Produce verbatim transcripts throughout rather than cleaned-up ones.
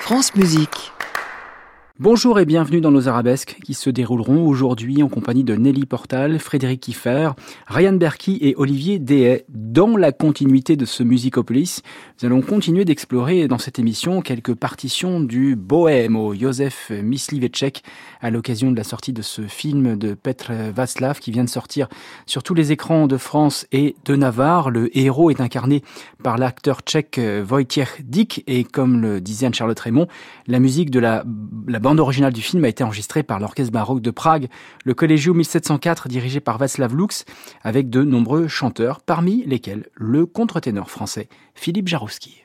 France Musique. Bonjour et bienvenue dans nos arabesques qui se dérouleront aujourd'hui en compagnie de Nelly Portal, Frédéric Kieffer, Ryan Berky et Olivier Dehaye. Dans la continuité de ce Musicopolis, nous allons continuer d'explorer dans cette émission quelques partitions du Bohème au Józef Mysliveček à l'occasion de la sortie de ce film de Petr Václav qui vient de sortir sur tous les écrans de France et de Navarre. Le héros est incarné par l'acteur tchèque Wojciech Dyk et comme le disait Anne-Charlotte Raymond, la musique de la, la bande originale du film a été enregistrée par l'Orchestre baroque de Prague, le Collegium mille sept cent quatre dirigé par Václav Lux, avec de nombreux chanteurs, parmi lesquels le contre-ténor français Philippe Jarouski.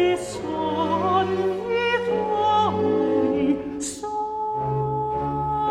So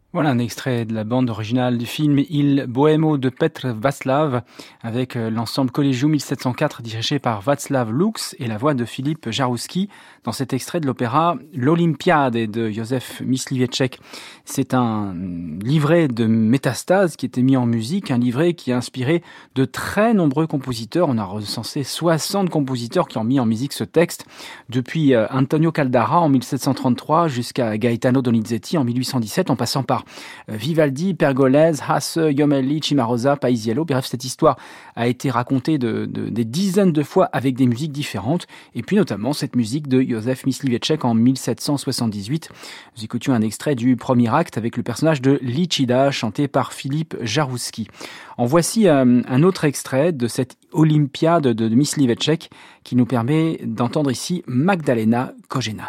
Voilà un extrait de la bande originale du film Il Bohémo de Petr Václav avec l'ensemble Collegium mille sept cent quatre dirigé par Václav Lux et la voix de Philippe Jaroussky dans cet extrait de l'opéra L'Olympiade de Józef Mysliveček. C'est un livret de métastase qui était mis en musique, un livret qui a inspiré de très nombreux compositeurs. On a recensé soixante compositeurs qui ont mis en musique ce texte, depuis Antonio Caldara en mille sept cent trente-trois jusqu'à Gaetano Donizetti en mille huit cent dix-sept, en passant par Vivaldi, Pergolese, Hasse, Jomelli, Cimarosa, Paisiello. Bref, cette histoire a été racontée de, de, des dizaines de fois avec des musiques différentes, et puis notamment cette musique de Józef Mysliveček en mille sept cent soixante-dix-huit. Nous écoutions un extrait du premier acte avec le personnage de Lichida, chanté par Philippe Jaroussky. En voici euh, un autre extrait de cette Olympiade de, de Mysliveček qui nous permet d'entendre ici Magdalena Kožena.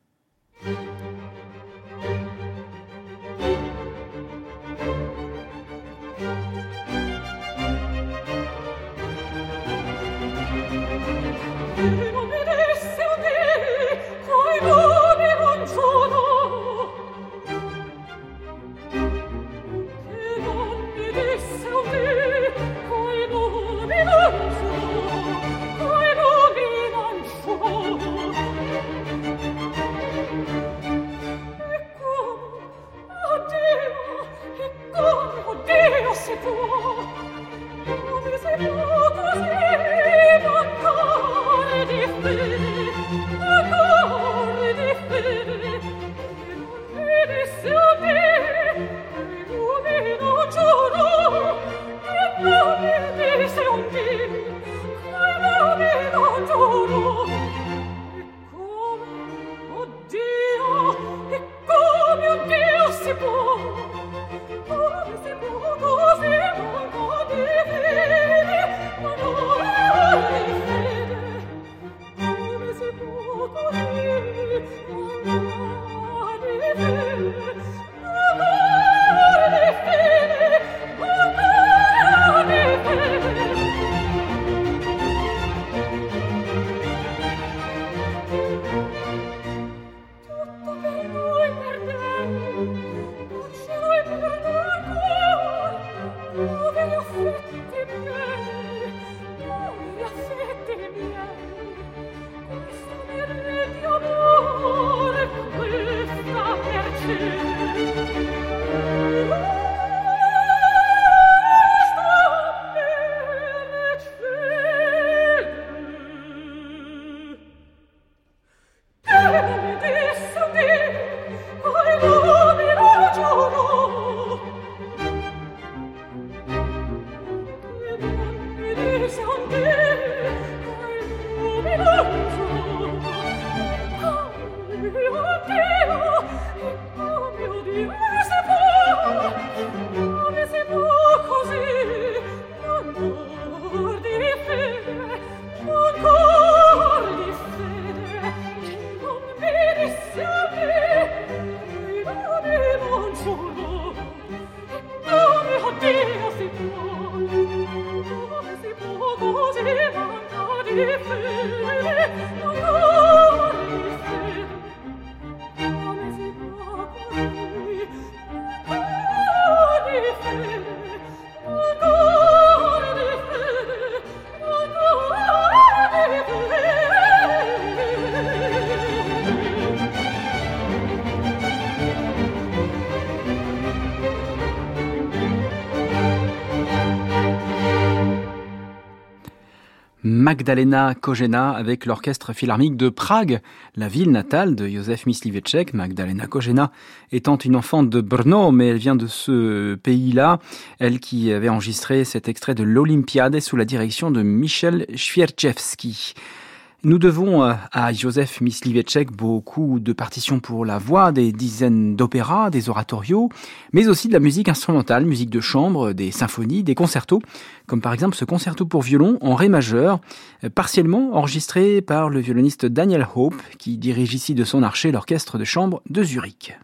Magdalena Kožena avec l'orchestre philharmonique de Prague, la ville natale de Józef Mysliveček. Magdalena Kožena étant une enfant de Brno, mais elle vient de ce pays-là, elle qui avait enregistré cet extrait de l'Olympiade sous la direction de Michel Świerczewski. Nous devons à Józef Mysliveček beaucoup de partitions pour la voix, des dizaines d'opéras, des oratorios, mais aussi de la musique instrumentale, musique de chambre, des symphonies, des concertos, comme par exemple ce concerto pour violon en ré majeur, partiellement enregistré par le violoniste Daniel Hope, qui dirige ici de son archet l'orchestre de chambre de Zurich.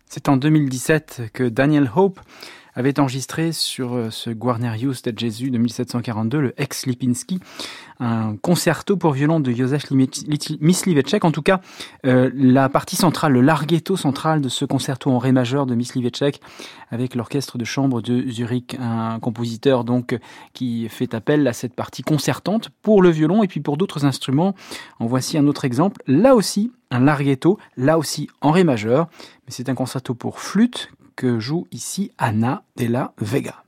C'est en deux mille dix-sept que Daniel Hope avait enregistré sur ce Guarnerius de Jésus de mille sept cent quarante-deux, le ex-Lipinski, un concerto pour violon de Józef Mysliveček. En tout cas, euh, la partie centrale, le larghetto central de ce concerto en ré majeur de Mysliveček avec l'orchestre de chambre de Zurich, un compositeur donc qui fait appel à cette partie concertante pour le violon et puis pour d'autres instruments. En voici un autre exemple, là aussi un larghetto, là aussi en ré majeur, mais c'est un concerto pour flûte que joue ici Ana de la Vega.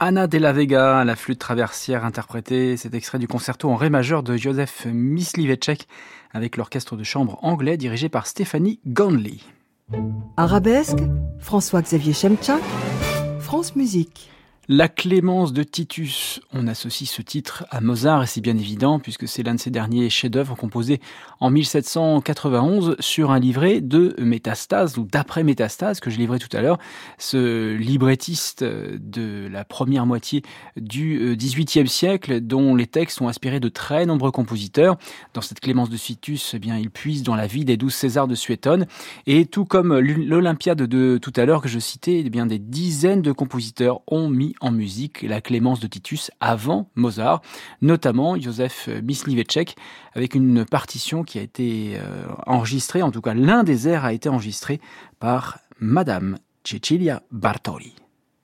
Ana de la Vega, la flûte traversière interprétée, cet extrait du concerto en ré majeur de Józef Mysliveček avec l'orchestre de chambre anglais dirigé par Stéphanie Ganley. Arabesque, François-Xavier Chemchak, France Musique. La Clémence de Titus, on associe ce titre à Mozart et c'est bien évident puisque c'est l'un de ses derniers chefs-d'œuvre composés en mille sept cent quatre-vingt-onze sur un livret de Métastase ou d'après Métastase que je livrais tout à l'heure. Ce librettiste de la première moitié du dix-huitième siècle dont les textes sont inspirés de très nombreux compositeurs. Dans cette Clémence de Titus, eh bien, il puise dans la vie des douze Césars de Suétone et tout comme l'Olympiade de tout à l'heure que je citais, eh bien, des dizaines de compositeurs ont mis en musique la Clémence de Titus avant Mozart, notamment Józef Mysliveček, avec une partition qui a été euh, enregistrée, en tout cas l'un des airs a été enregistré par Madame Cecilia Bartoli.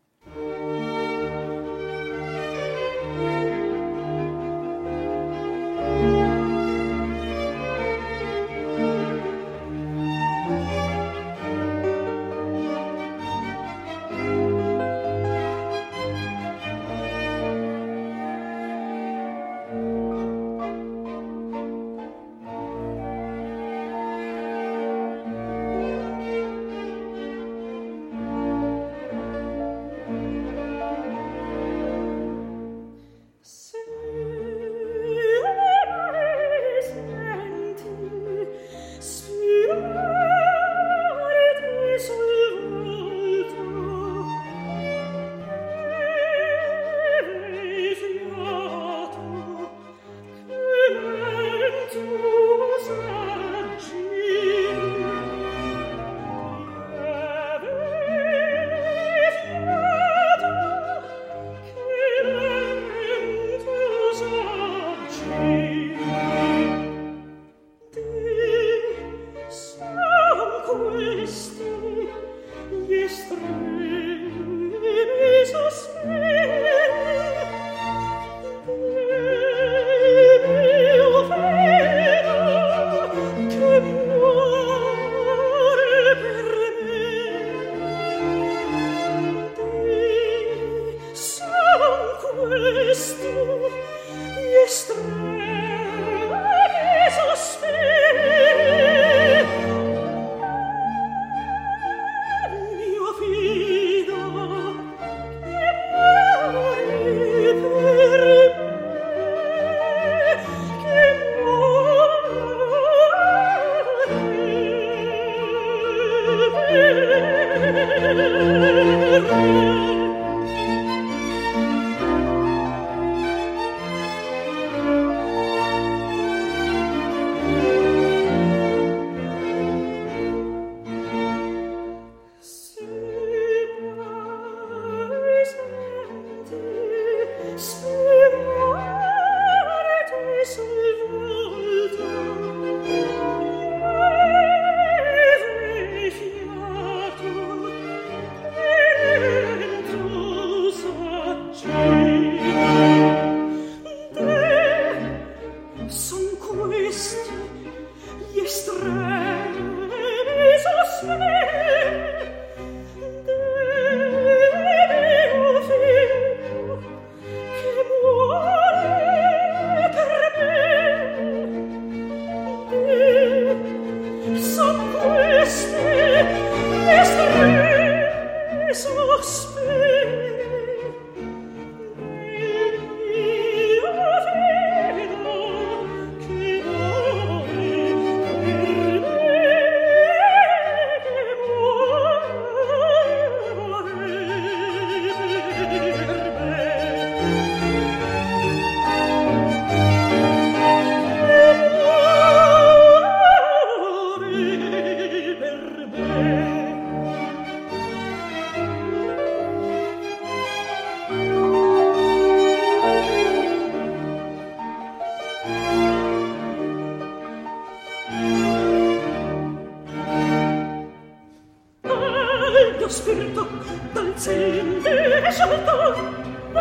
spirito dal sente sciolto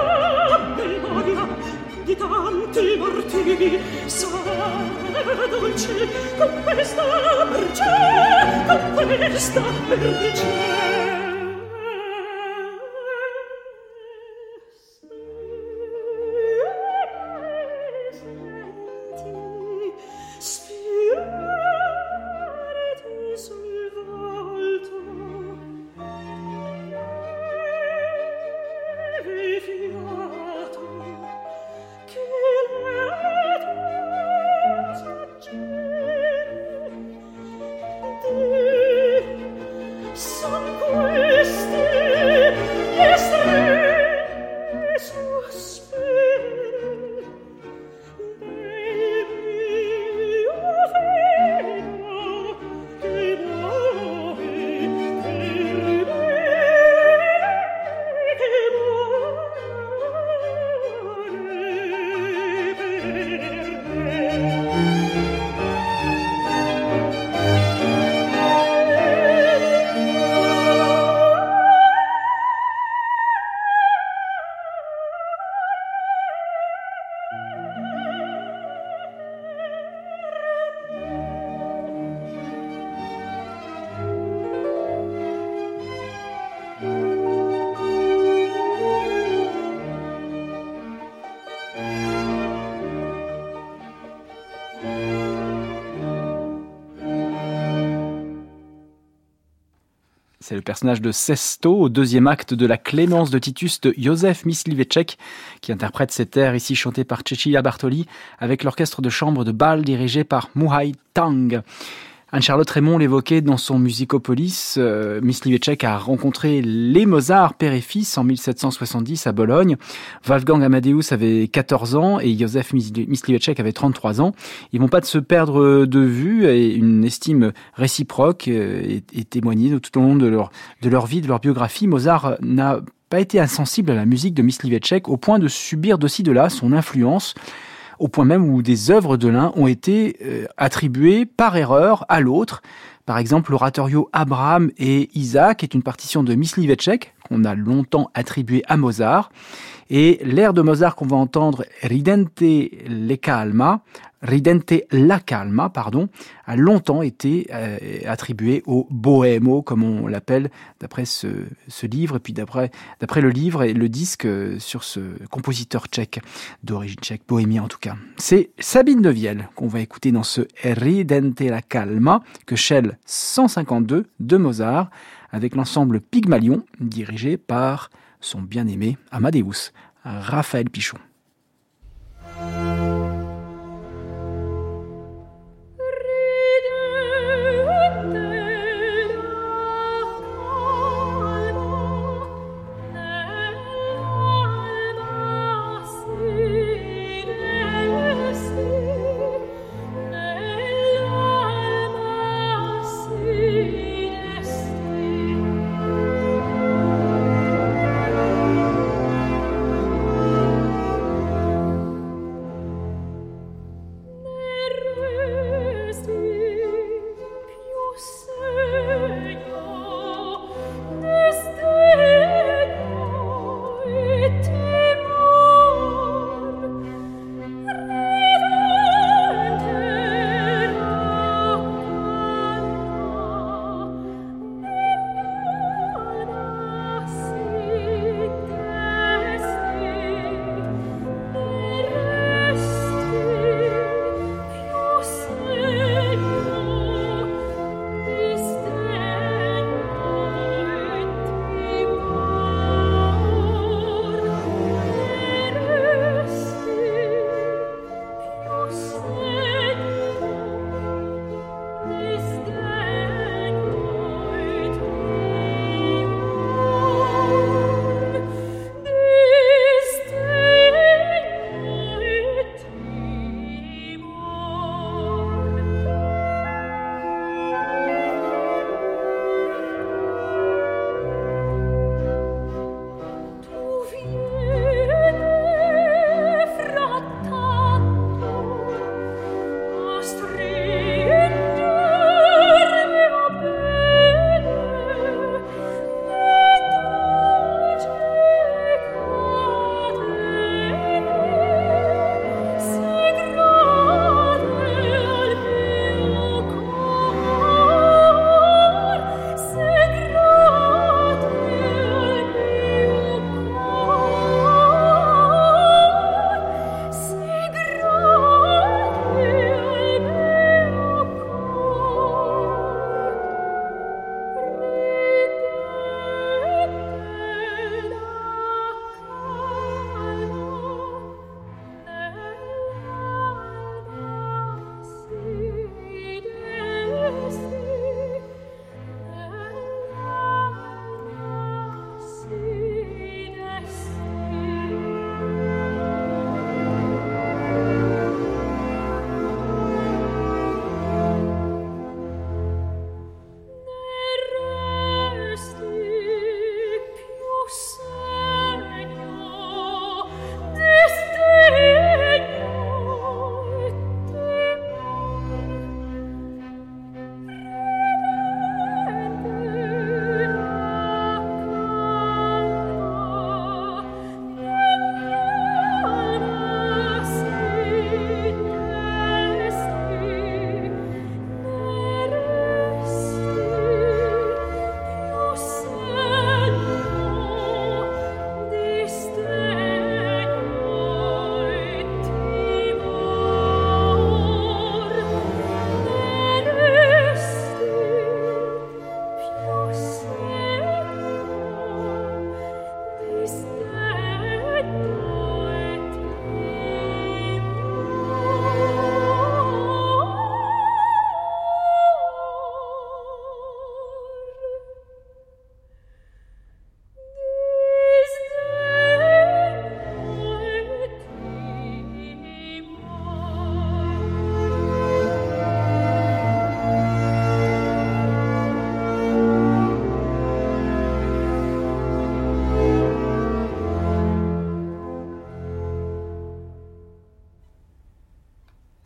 la memoria di tanti morti sarà dolce con questa mercè, con questa mercè. C'est le personnage de Sesto au deuxième acte de la Clémence de Titus de Józef Mysliveček qui interprète cet air ici chanté par Cecilia Bartoli avec l'orchestre de chambre de Bâle dirigé par Muhai Tang. Anne-Charlotte Raymond l'évoquait dans son Musicopolis. Euh, Mysliveček a rencontré les Mozart père et fils en mille sept cent soixante-dix à Bologne. Wolfgang Amadeus avait quatorze ans et Józef Mysliveček avait trente-trois ans. Ils vont pas de se perdre de vue et une estime réciproque est, est témoignée tout au long de leur, de leur vie, de leur biographie. Mozart n'a pas été insensible à la musique de Mysliveček au point de subir de ci de là son influence, au point même où des œuvres de l'un ont été euh, attribuées par erreur à l'autre. Par exemple, l'oratorio Abraham et Isaac est une partition de Mysliveček qu'on a longtemps attribuée à Mozart. Et l'air de Mozart qu'on va entendre, Ridente le calma, Ridente la calma, pardon, a longtemps été euh, attribué au bohémo, comme on l'appelle d'après ce, ce livre, et puis d'après, d'après le livre et le disque sur ce compositeur tchèque, d'origine tchèque, bohémien en tout cas. C'est Sabine de Vielle qu'on va écouter dans ce Ridente la calma, que Shell cent cinquante-deux de Mozart, avec l'ensemble Pygmalion, dirigé par son bien-aimé Amadeus, Raphaël Pichon.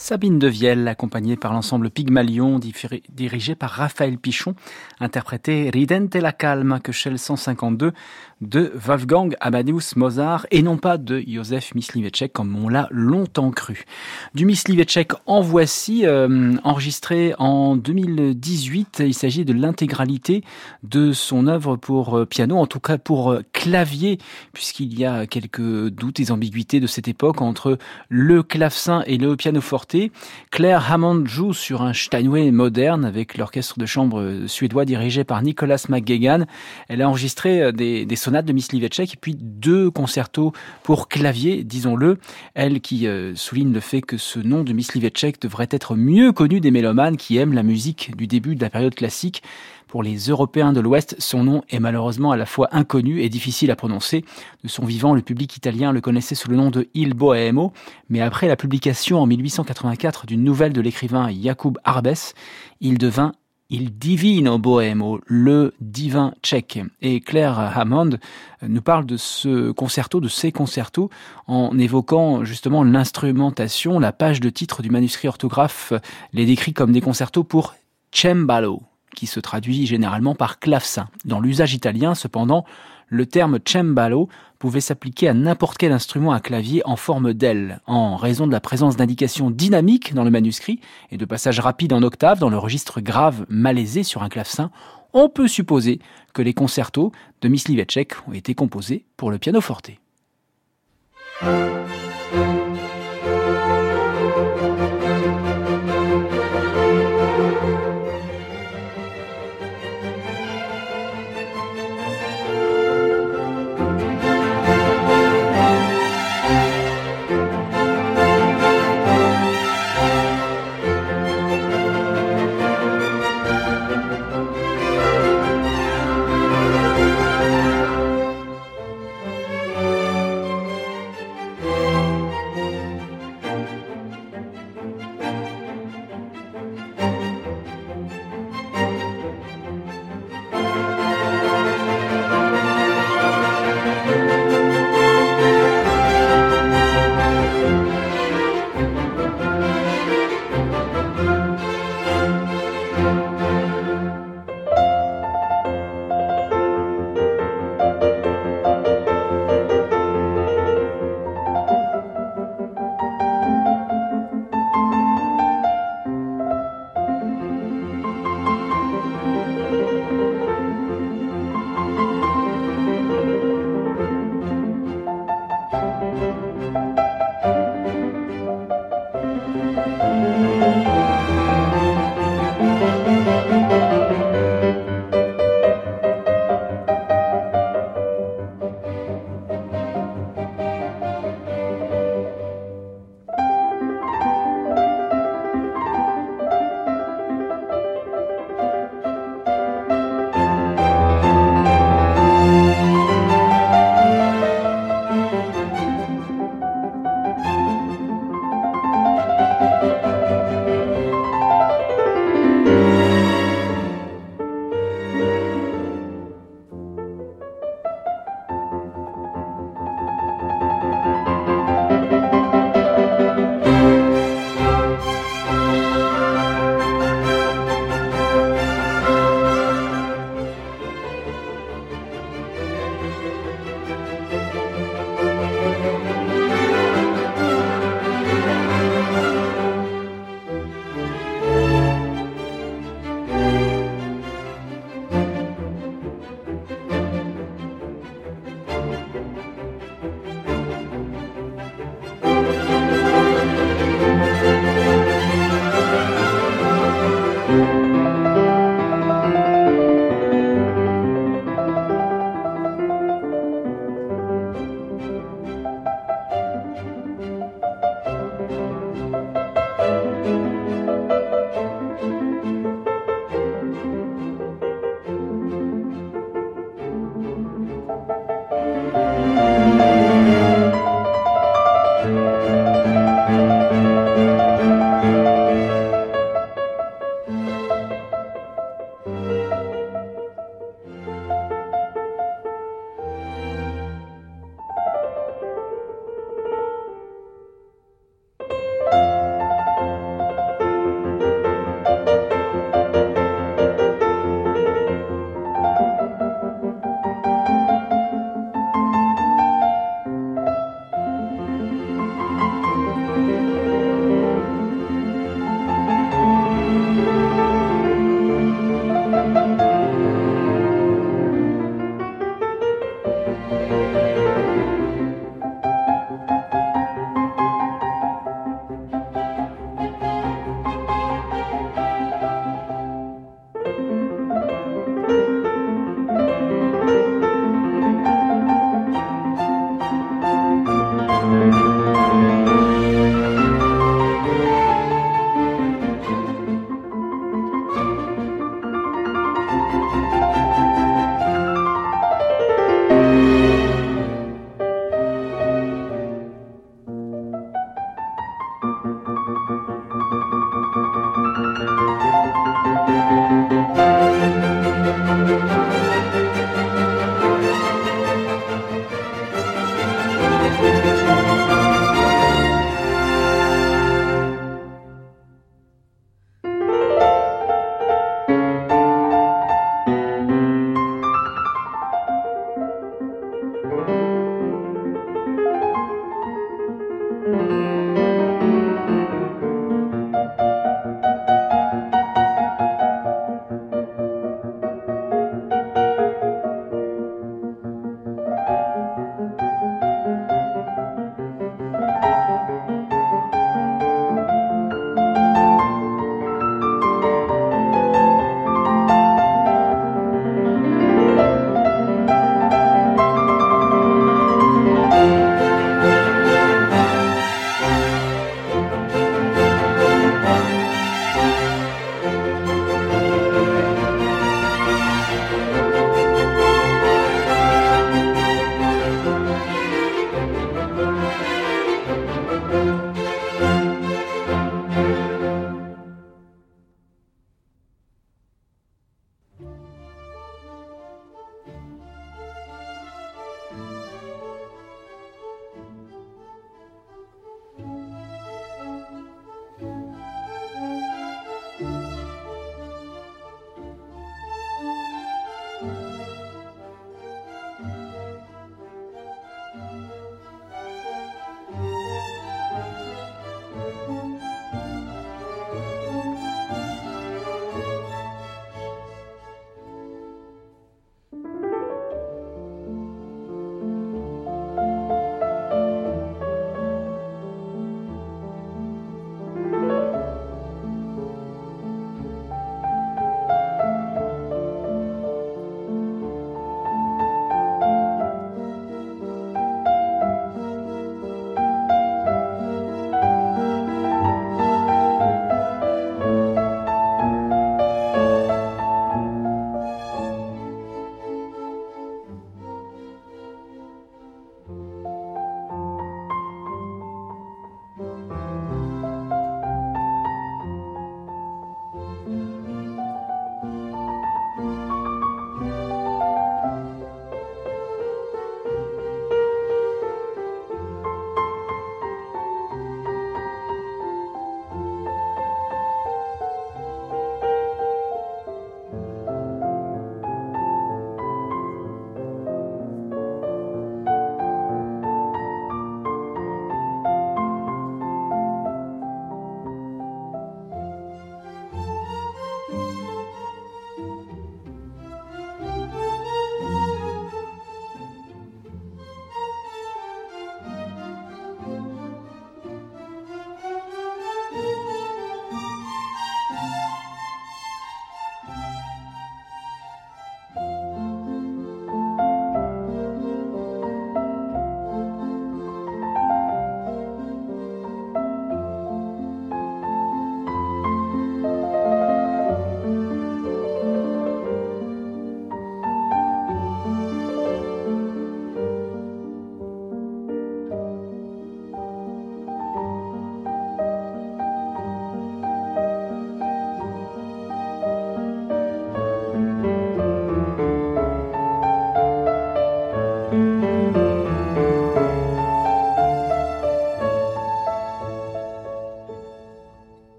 Sabine Devielle, accompagnée par l'ensemble Pygmalion, dirigé par Raphaël Pichon, interprété Ridente la Calma, Köchel cent cinquante-deux, de Wolfgang Amadeus Mozart, et non pas de Józef Mysliveček, comme on l'a longtemps cru. Du Mysliveček en voici, euh, enregistré en deux mille dix-huit. Il s'agit de l'intégralité de son œuvre pour piano, en tout cas pour clavier, puisqu'il y a quelques doutes et ambiguïtés de cette époque entre le clavecin et le pianoforte. Claire Hammond joue sur un Steinway moderne avec l'orchestre de chambre suédois dirigé par Nicholas McGuigan. Elle a enregistré des, des sonates de Mysliveček et puis deux concertos pour clavier, disons-le. Elle qui euh, souligne le fait que ce nom de Mysliveček devrait être mieux connu des mélomanes qui aiment la musique du début de la période classique. Pour les Européens de l'Ouest, son nom est malheureusement à la fois inconnu et difficile à prononcer. De son vivant, le public italien le connaissait sous le nom de Il Bohemo, mais après la publication en mille huit cent quatre-vingt-quatre d'une nouvelle de l'écrivain Jakub Arbès, il devint Il Divino Bohemo, le divin tchèque. Et Claire Hammond nous parle de ce concerto, de ces concertos, en évoquant justement l'instrumentation. La page de titre du manuscrit orthographe les décrit comme des concertos pour cembalo, qui se traduit généralement par clavecin. Dans l'usage italien, cependant, le terme cembalo pouvait s'appliquer à n'importe quel instrument à clavier en forme d'aile. En raison de la présence d'indications dynamiques dans le manuscrit et de passages rapides en octave dans le registre grave malaisé sur un clavecin, on peut supposer que les concertos de Mysliveček ont été composés pour le pianoforte.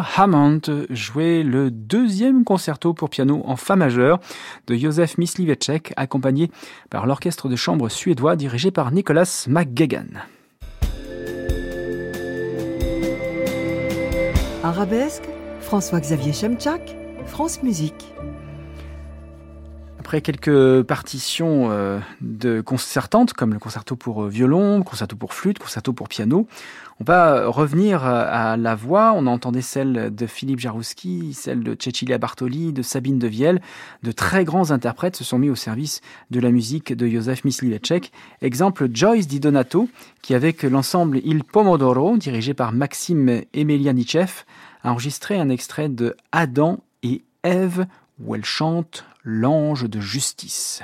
Hammond jouait le deuxième concerto pour piano en fa majeur de Józef Mysliveček, accompagné par l'orchestre de chambre suédois dirigé par Nicholas McGuigan. Arabesque, François-Xavier Chemchak, France Musique. Après quelques partitions euh, de concertantes, comme le concerto pour violon, le concerto pour flûte, le concerto pour piano, on va revenir à la voix. On entendait celle de Philippe Jaroussky, celle de Cecilia Bartoli, de Sabine de Viel. De très grands interprètes se sont mis au service de la musique de Józef Mysliveček. Exemple, Joyce Di Donato, qui avec l'ensemble Il Pomodoro, dirigé par Maxime Emelianichev, a enregistré un extrait de Adam et Ève, où elle chante l'ange de justice.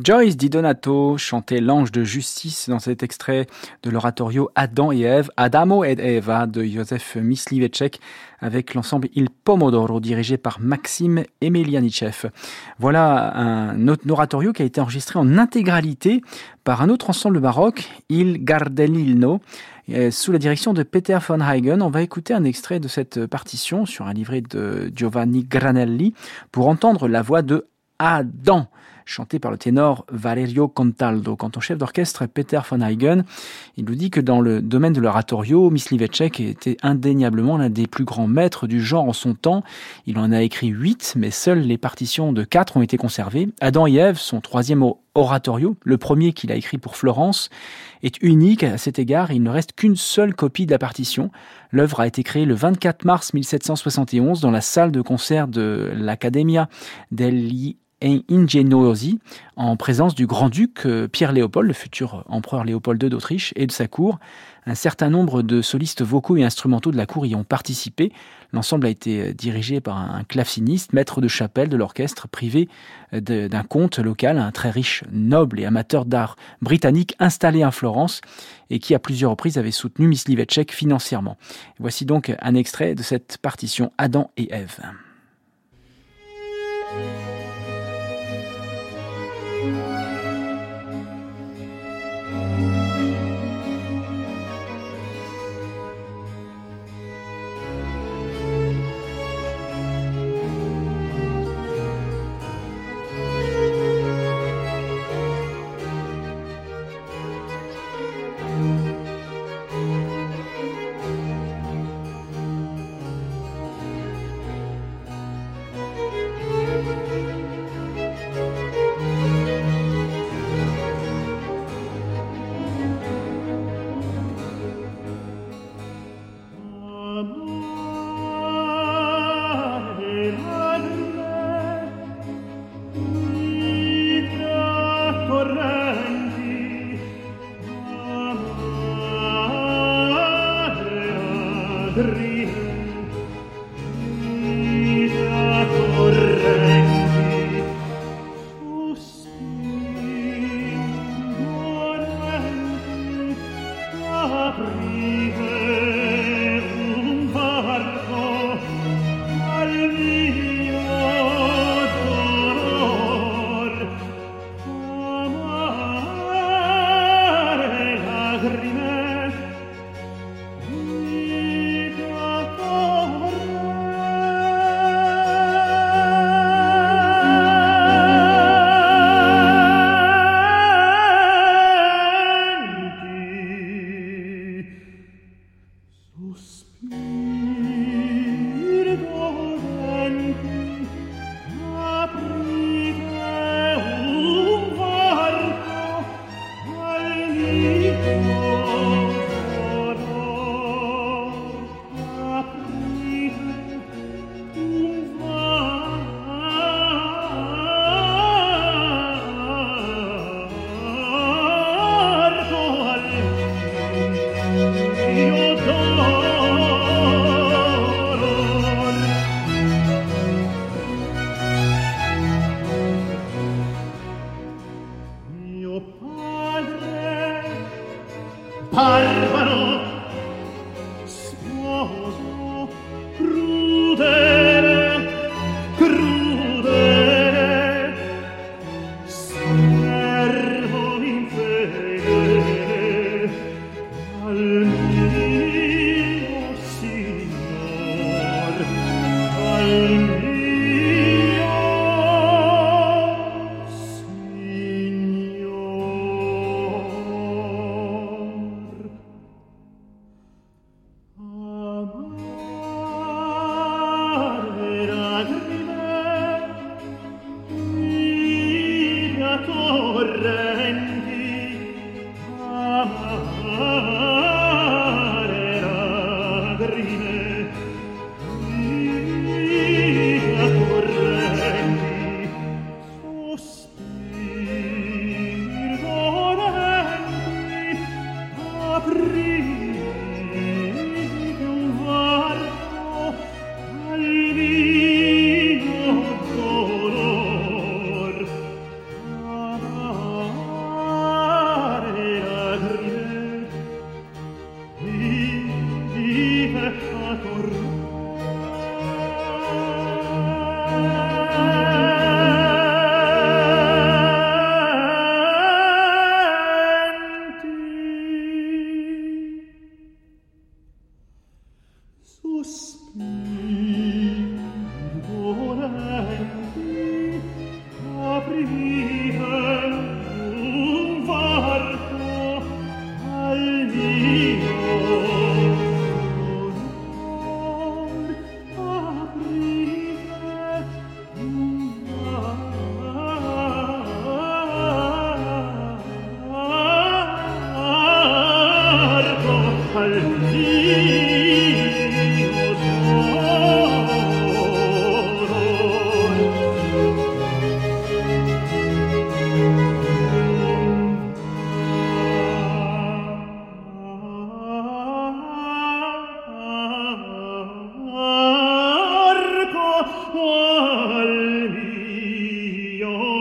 Joyce Di Donato chantait l'ange de justice dans cet extrait de l'oratorio Adam et Ève, Adamo et Eva de Józef Mysliveček avec l'ensemble Il Pomodoro dirigé par Maxime Emelianichev. Voilà un oratorio qui a été enregistré en intégralité par un autre ensemble baroque, Il Gardelino, sous la direction de Peter von Huygen. On va écouter un extrait de cette partition sur un livret de Giovanni Granelli pour entendre la voix de Adam, chanté par le ténor Valerio Contaldo. Quant au chef d'orchestre Peter von Huygen, il nous dit que dans le domaine de l'oratorio, Mysliveček était indéniablement l'un des plus grands maîtres du genre en son temps. Il en a écrit huit, mais seules les partitions de quatre ont été conservées. Adam et Ève, son troisième oratorio, le premier qu'il a écrit pour Florence, est unique à cet égard. Il ne reste qu'une seule copie de la partition. L'œuvre a été créée le vingt-quatre mars mille sept cent soixante et onze dans la salle de concert de l'Accademia degli Ingegnosi, en présence du grand-duc Pierre-Léopold, le futur empereur Léopold deux d'Autriche, et de sa cour. Un certain nombre de solistes vocaux et instrumentaux de la cour y ont participé. L'ensemble a été dirigé par un claveciniste, maître de chapelle de l'orchestre privé d'un comte local, un très riche noble et amateur d'art britannique installé à Florence et qui à plusieurs reprises avait soutenu Mysliveček financièrement. Voici donc un extrait de cette partition Adam et Ève.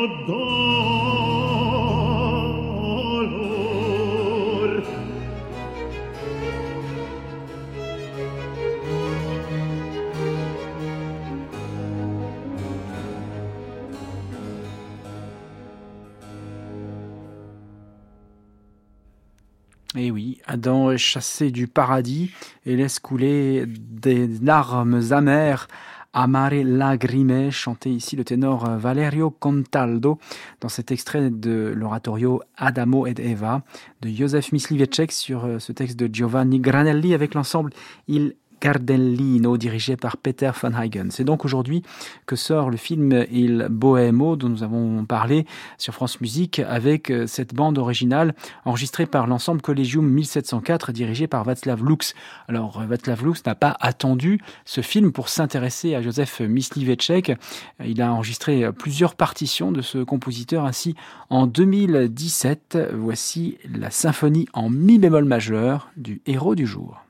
Et oui, Adam est chassé du paradis et laisse couler des larmes amères. Amare lagrime, chanté ici le ténor Valerio Contaldo dans cet extrait de l'oratorio Adamo ed Eva de Józef Mysliveček sur ce texte de Giovanni Granelli avec l'ensemble Il Gardellino, dirigé par Peter von Huygens. C'est donc aujourd'hui que sort le film Il Bohémo, dont nous avons parlé sur France Musique, avec cette bande originale enregistrée par l'ensemble Collegium mille sept cent quatre, dirigé par Václav Lux. Alors, Václav Lux n'a pas attendu ce film pour s'intéresser à Józef Mysliveček. Il a enregistré plusieurs partitions de ce compositeur. Ainsi, en deux mille dix-sept, voici la symphonie en mi bémol majeur du héros du jour.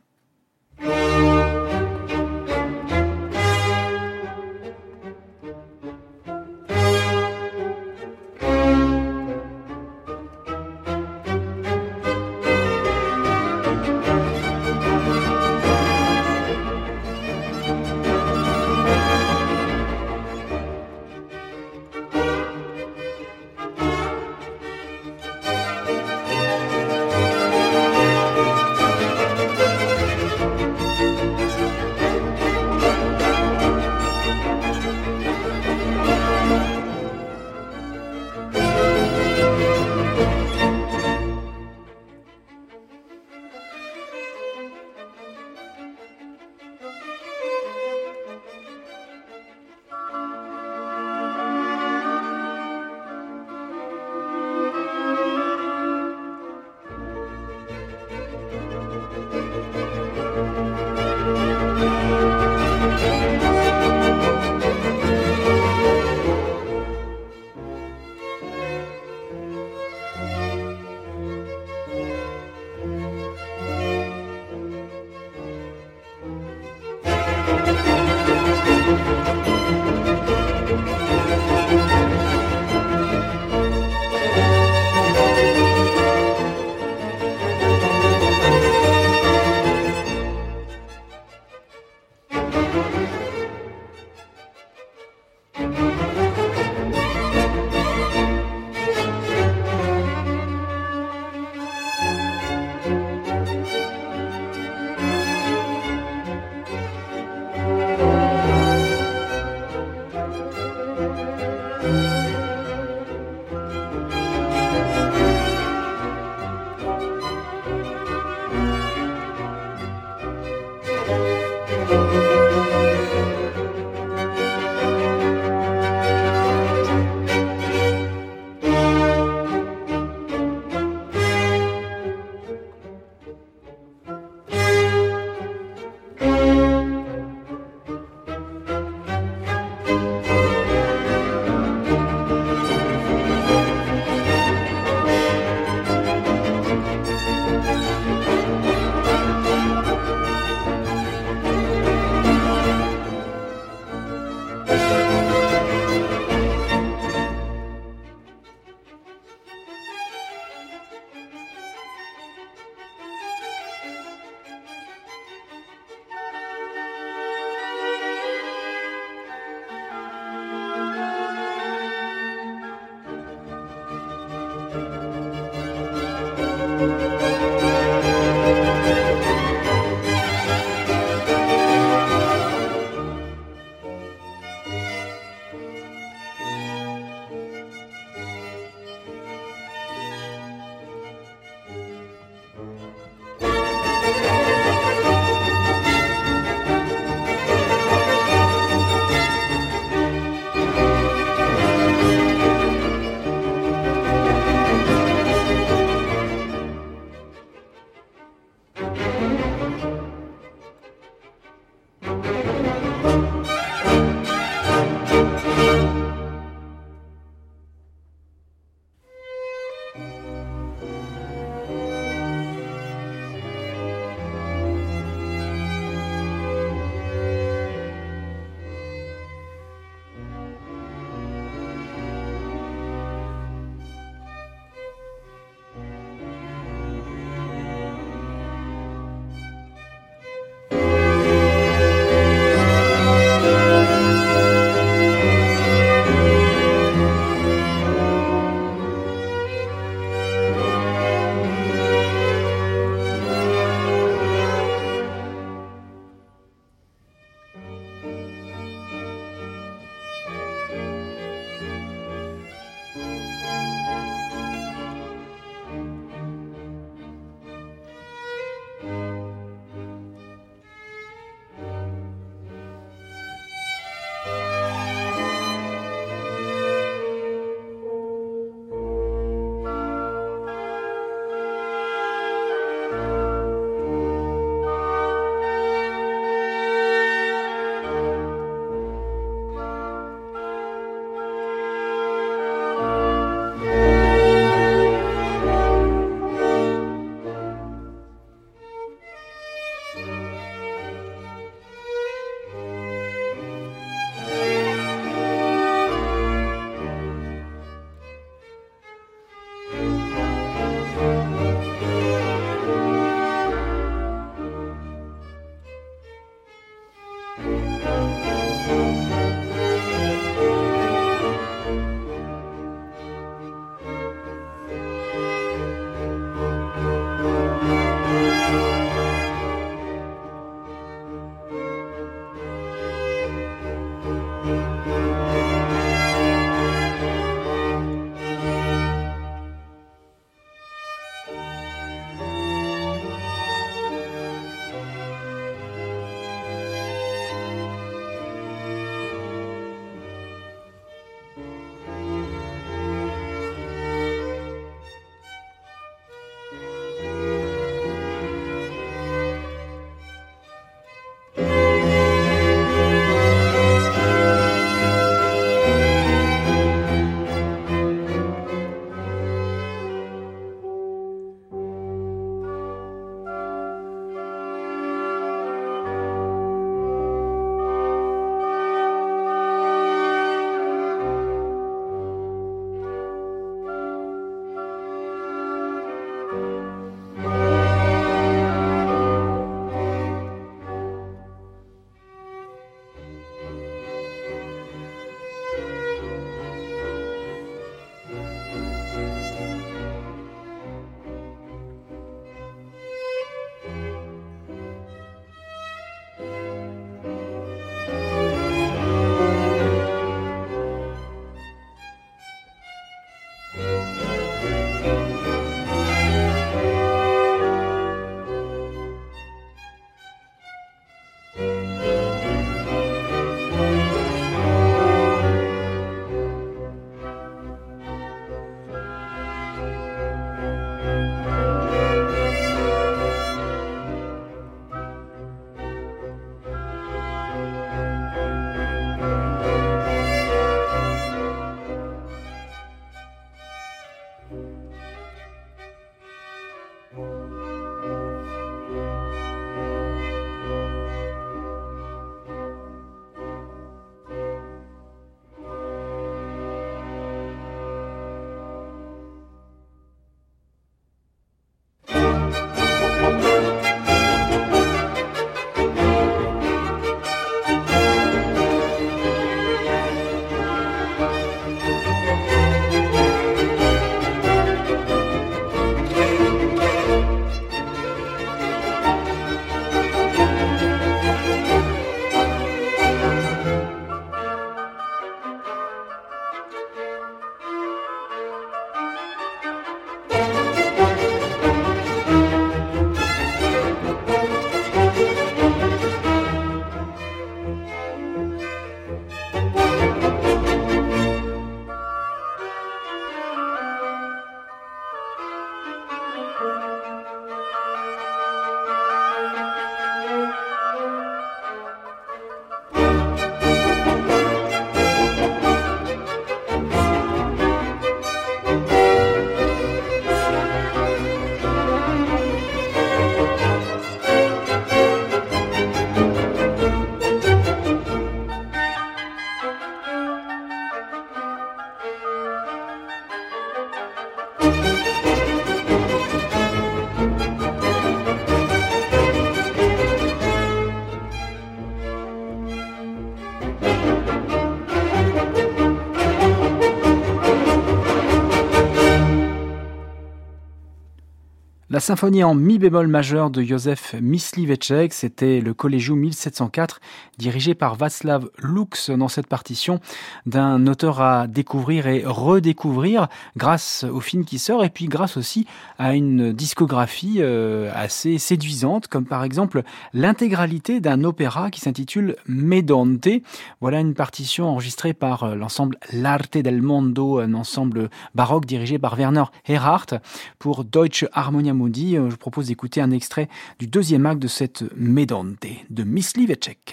La symphonie en mi bémol majeur de Józef Mysliveček, c'était le Collegium mille sept cent quatre, dirigé par Václav Lux dans cette partition d'un auteur à découvrir et redécouvrir grâce au film qui sort et puis grâce aussi à une discographie euh, assez séduisante, comme par exemple l'intégralité d'un opéra qui s'intitule Medonte. Voilà une partition enregistrée par l'ensemble L'Arte del Mondo, un ensemble baroque dirigé par Werner Erhardt pour Deutsche Harmonia Mundi. Je propose d'écouter un extrait du deuxième acte de cette Medonte de Mysliveček.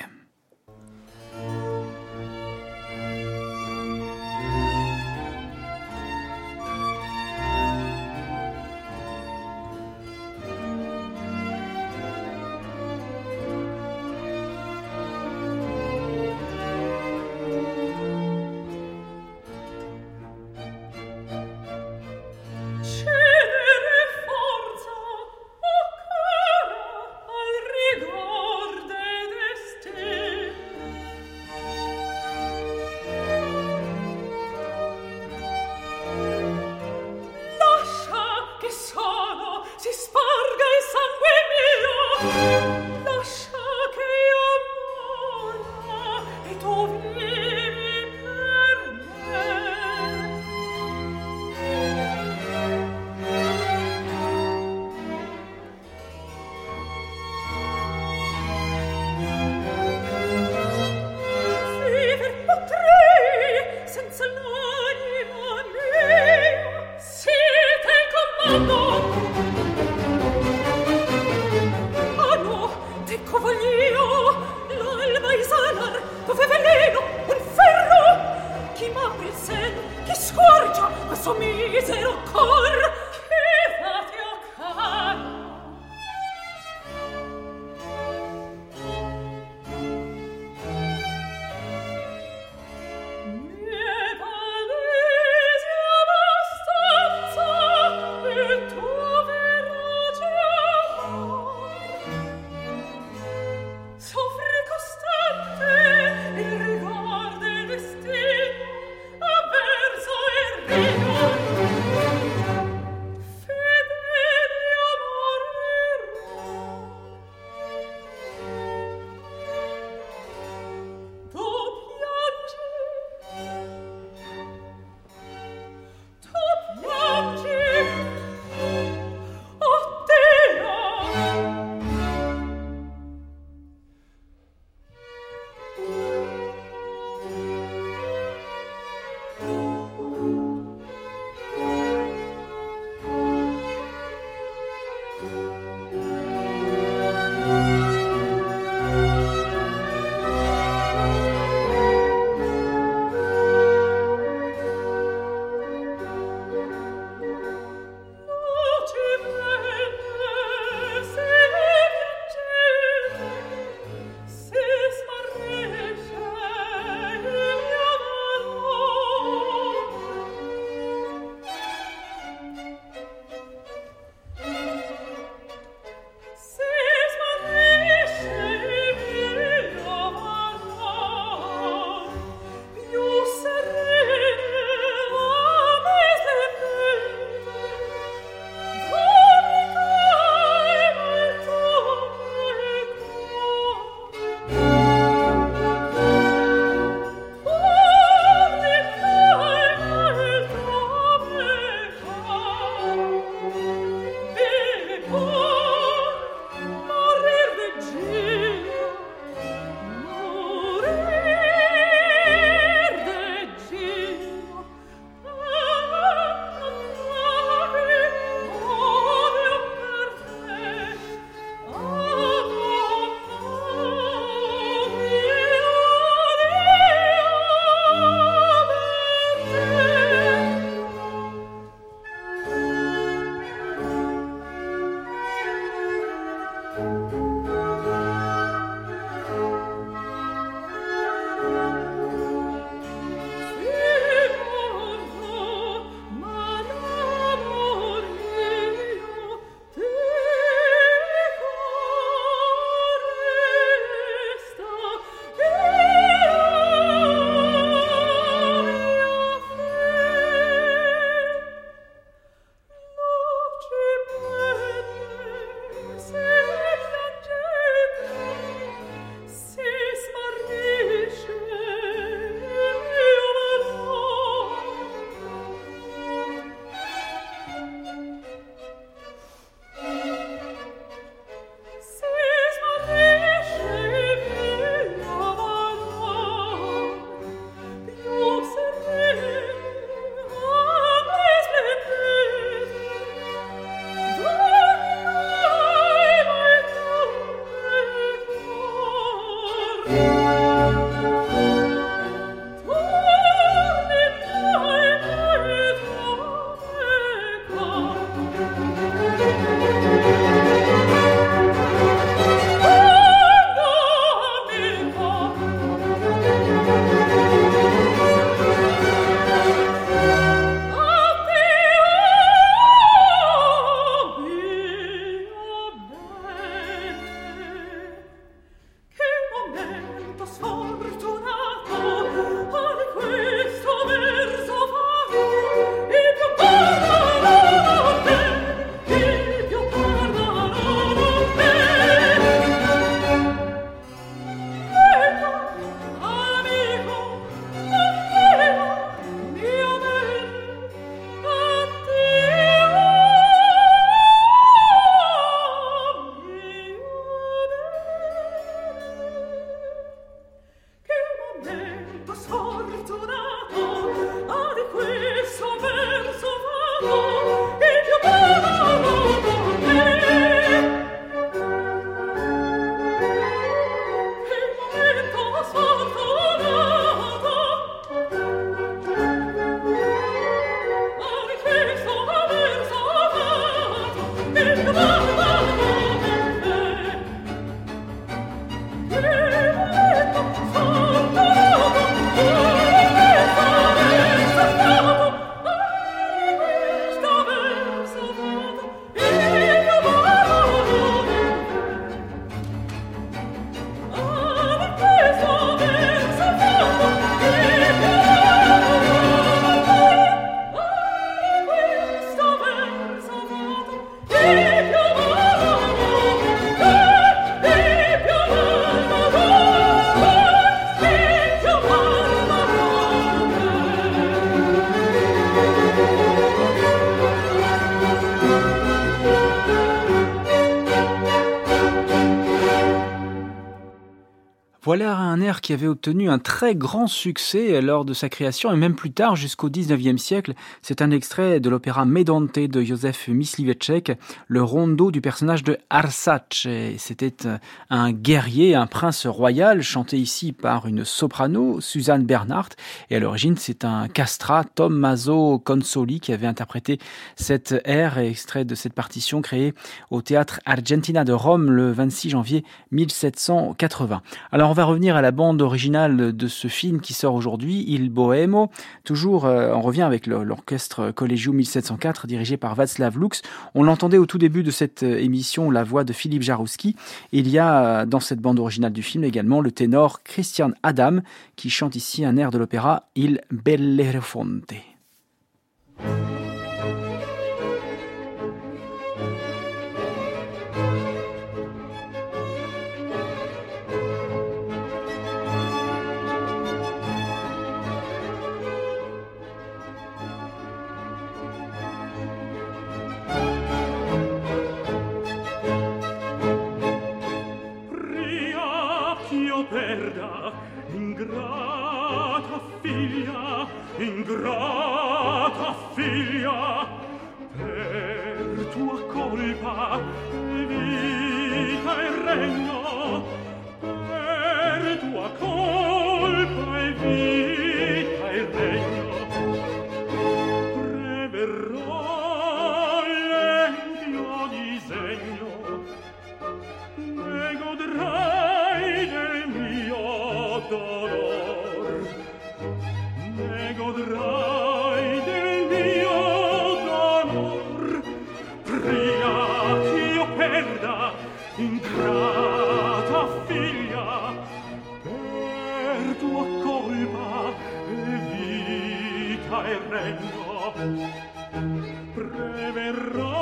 Voilà un air qui avait obtenu un très grand succès lors de sa création et même plus tard jusqu'au dix-neuvième siècle. C'est un extrait de l'opéra Medante de Józef Mysliveček, le rondo du personnage de Arsace. C'était un guerrier, un prince royal, chanté ici par une soprano, Suzanne Bernhardt. Et à l'origine, c'est un castrat, Tommaso Consoli, qui avait interprété cet air, extrait de cette partition créée au théâtre Argentina de Rome le vingt-six janvier mille sept cent quatre-vingts. Alors, on va revenir à la bande originale de ce film qui sort aujourd'hui, Il Bohémo. Toujours, euh, on revient avec le, l'orchestre Collegium mille sept cent quatre, dirigé par Václav Lux. On l'entendait au tout début de cette émission, la voix de Philippe Jarouski. Il y a dans cette bande originale du film également le ténor Christian Adam, qui chante ici un air de l'opéra Il Bellerofonte. Ingrata figlia, ingrata figlia, per tua colpa è vita e regno, per tua colpa è vita e regno, preverrò l'empio disegno, ne godrai del mio dolor, ne godrai del mio dolor, pria ch'io perda ingrata figlia, per tua colpa e vita e regno, preverrò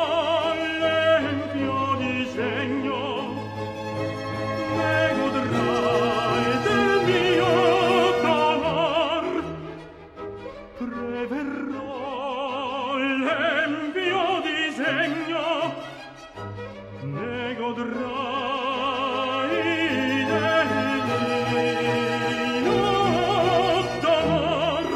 l'empio disegno, ne godrai del mio dolor, preverrò l'empio disegno, ne godrai del mio dolor.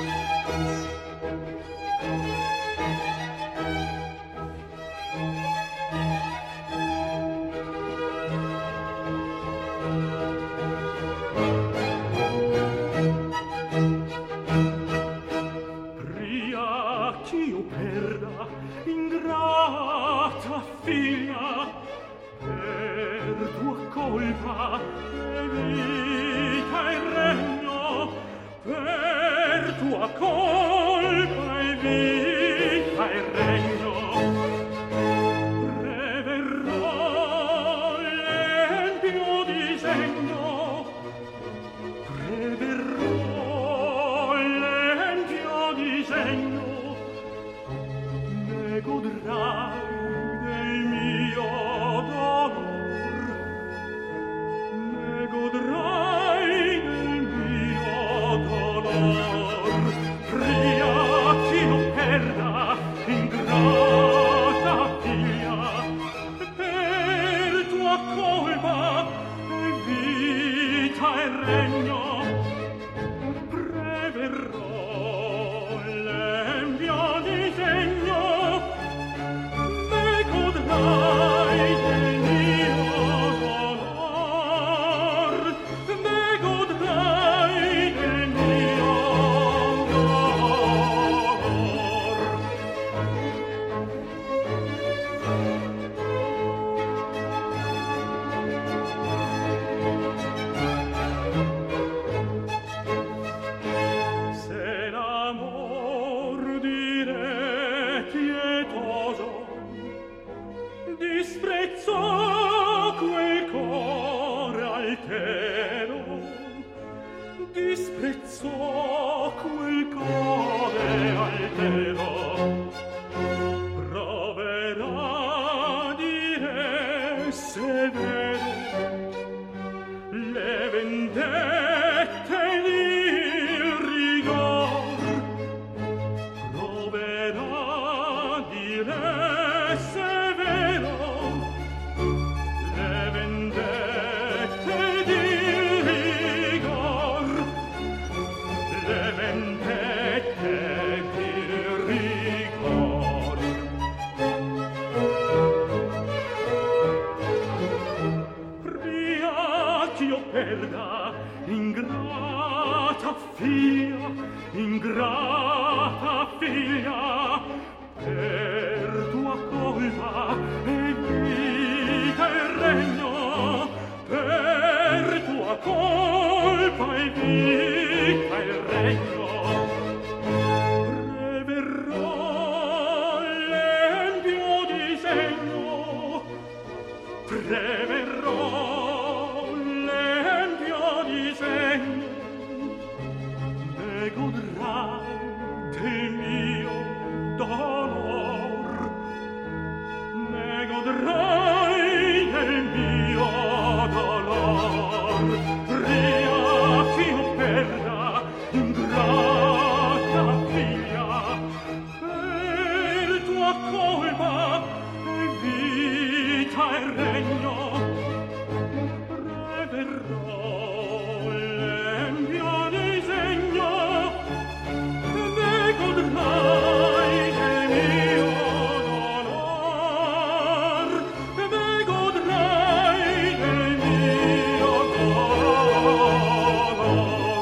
Pria ch'io perda ingrata figlia, per tua colpa e vita e regno, per tua colpa e vita e regno, preverrò l'empio disegno, preverrò l'empio disegno, ne godrai del mio dolor, ne godrai del mio dolor, pria ch'io perda ingrata figlia, per tua colpa e vita e regno, preverrò l'empio dire pietoso, disprezzo quel cuore altero, disprezzo quel cuore altero. Proverà dire severo le vendette di rigor, proverà dire severo le vendette di rigor, le vendette di rigor. Pria ch'io perda ingrata figlia, ingrata figlia, per tua colpa e vita e regno, per tua colpa e vita e regno. Preverrò l'empio disegno, preverrò l'empio disegno, ne godrai del mio dolor, ne godrai del mio dolor. Pria ch'io perda ingrata figlia, per tua colpa e vita e regno, preverrò l'empio disegno, ne godrai del mio dolor, ne godrai del mio dolor.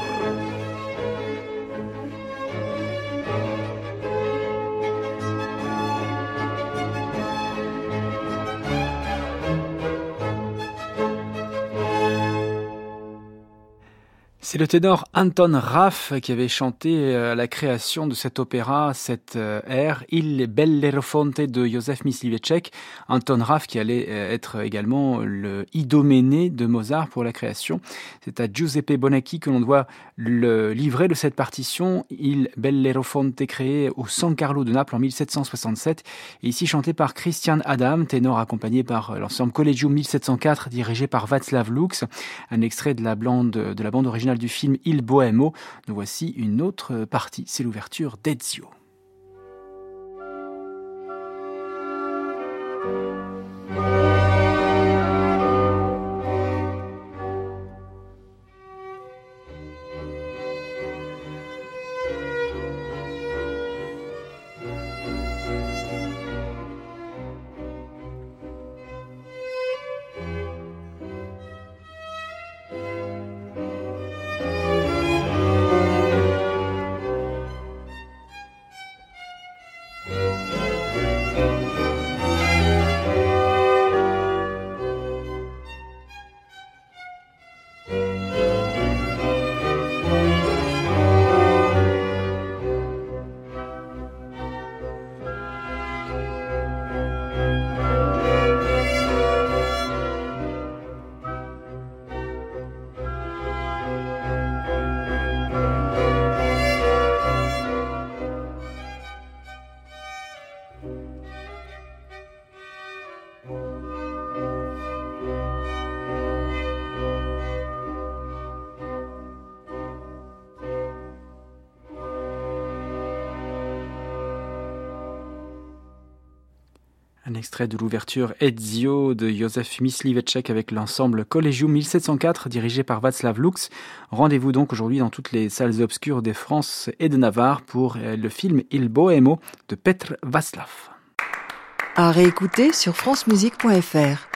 C'est le ténor Anton Raff qui avait chanté à la création de cet opéra, cette air Il Bellerofonte de Józef Mysliveček. Anton Raff qui allait être également le Idoménée de Mozart pour la création. C'est à Giuseppe Bonacchi que l'on doit le livret de cette partition, Il Bellerofonte, créé au San Carlo de Naples en mille sept cent soixante-sept, et ici chanté par Christian Adam, ténor accompagné par l'ensemble Collegium mille sept cent quatre dirigé par Václav Lux. Un extrait de la bande, de la bande originale du film Il Bohémo. Nous voici une autre partie, c'est l'ouverture d'Ezio. Un extrait de l'ouverture Ezio de Józef Mysliveček avec l'ensemble Collegium mille sept cent quatre dirigé par Václav Lux. Rendez-vous donc aujourd'hui dans toutes les salles obscures de France et de Navarre pour le film Il Bohémo de Petr Václav. À réécouter sur francemusique point f r.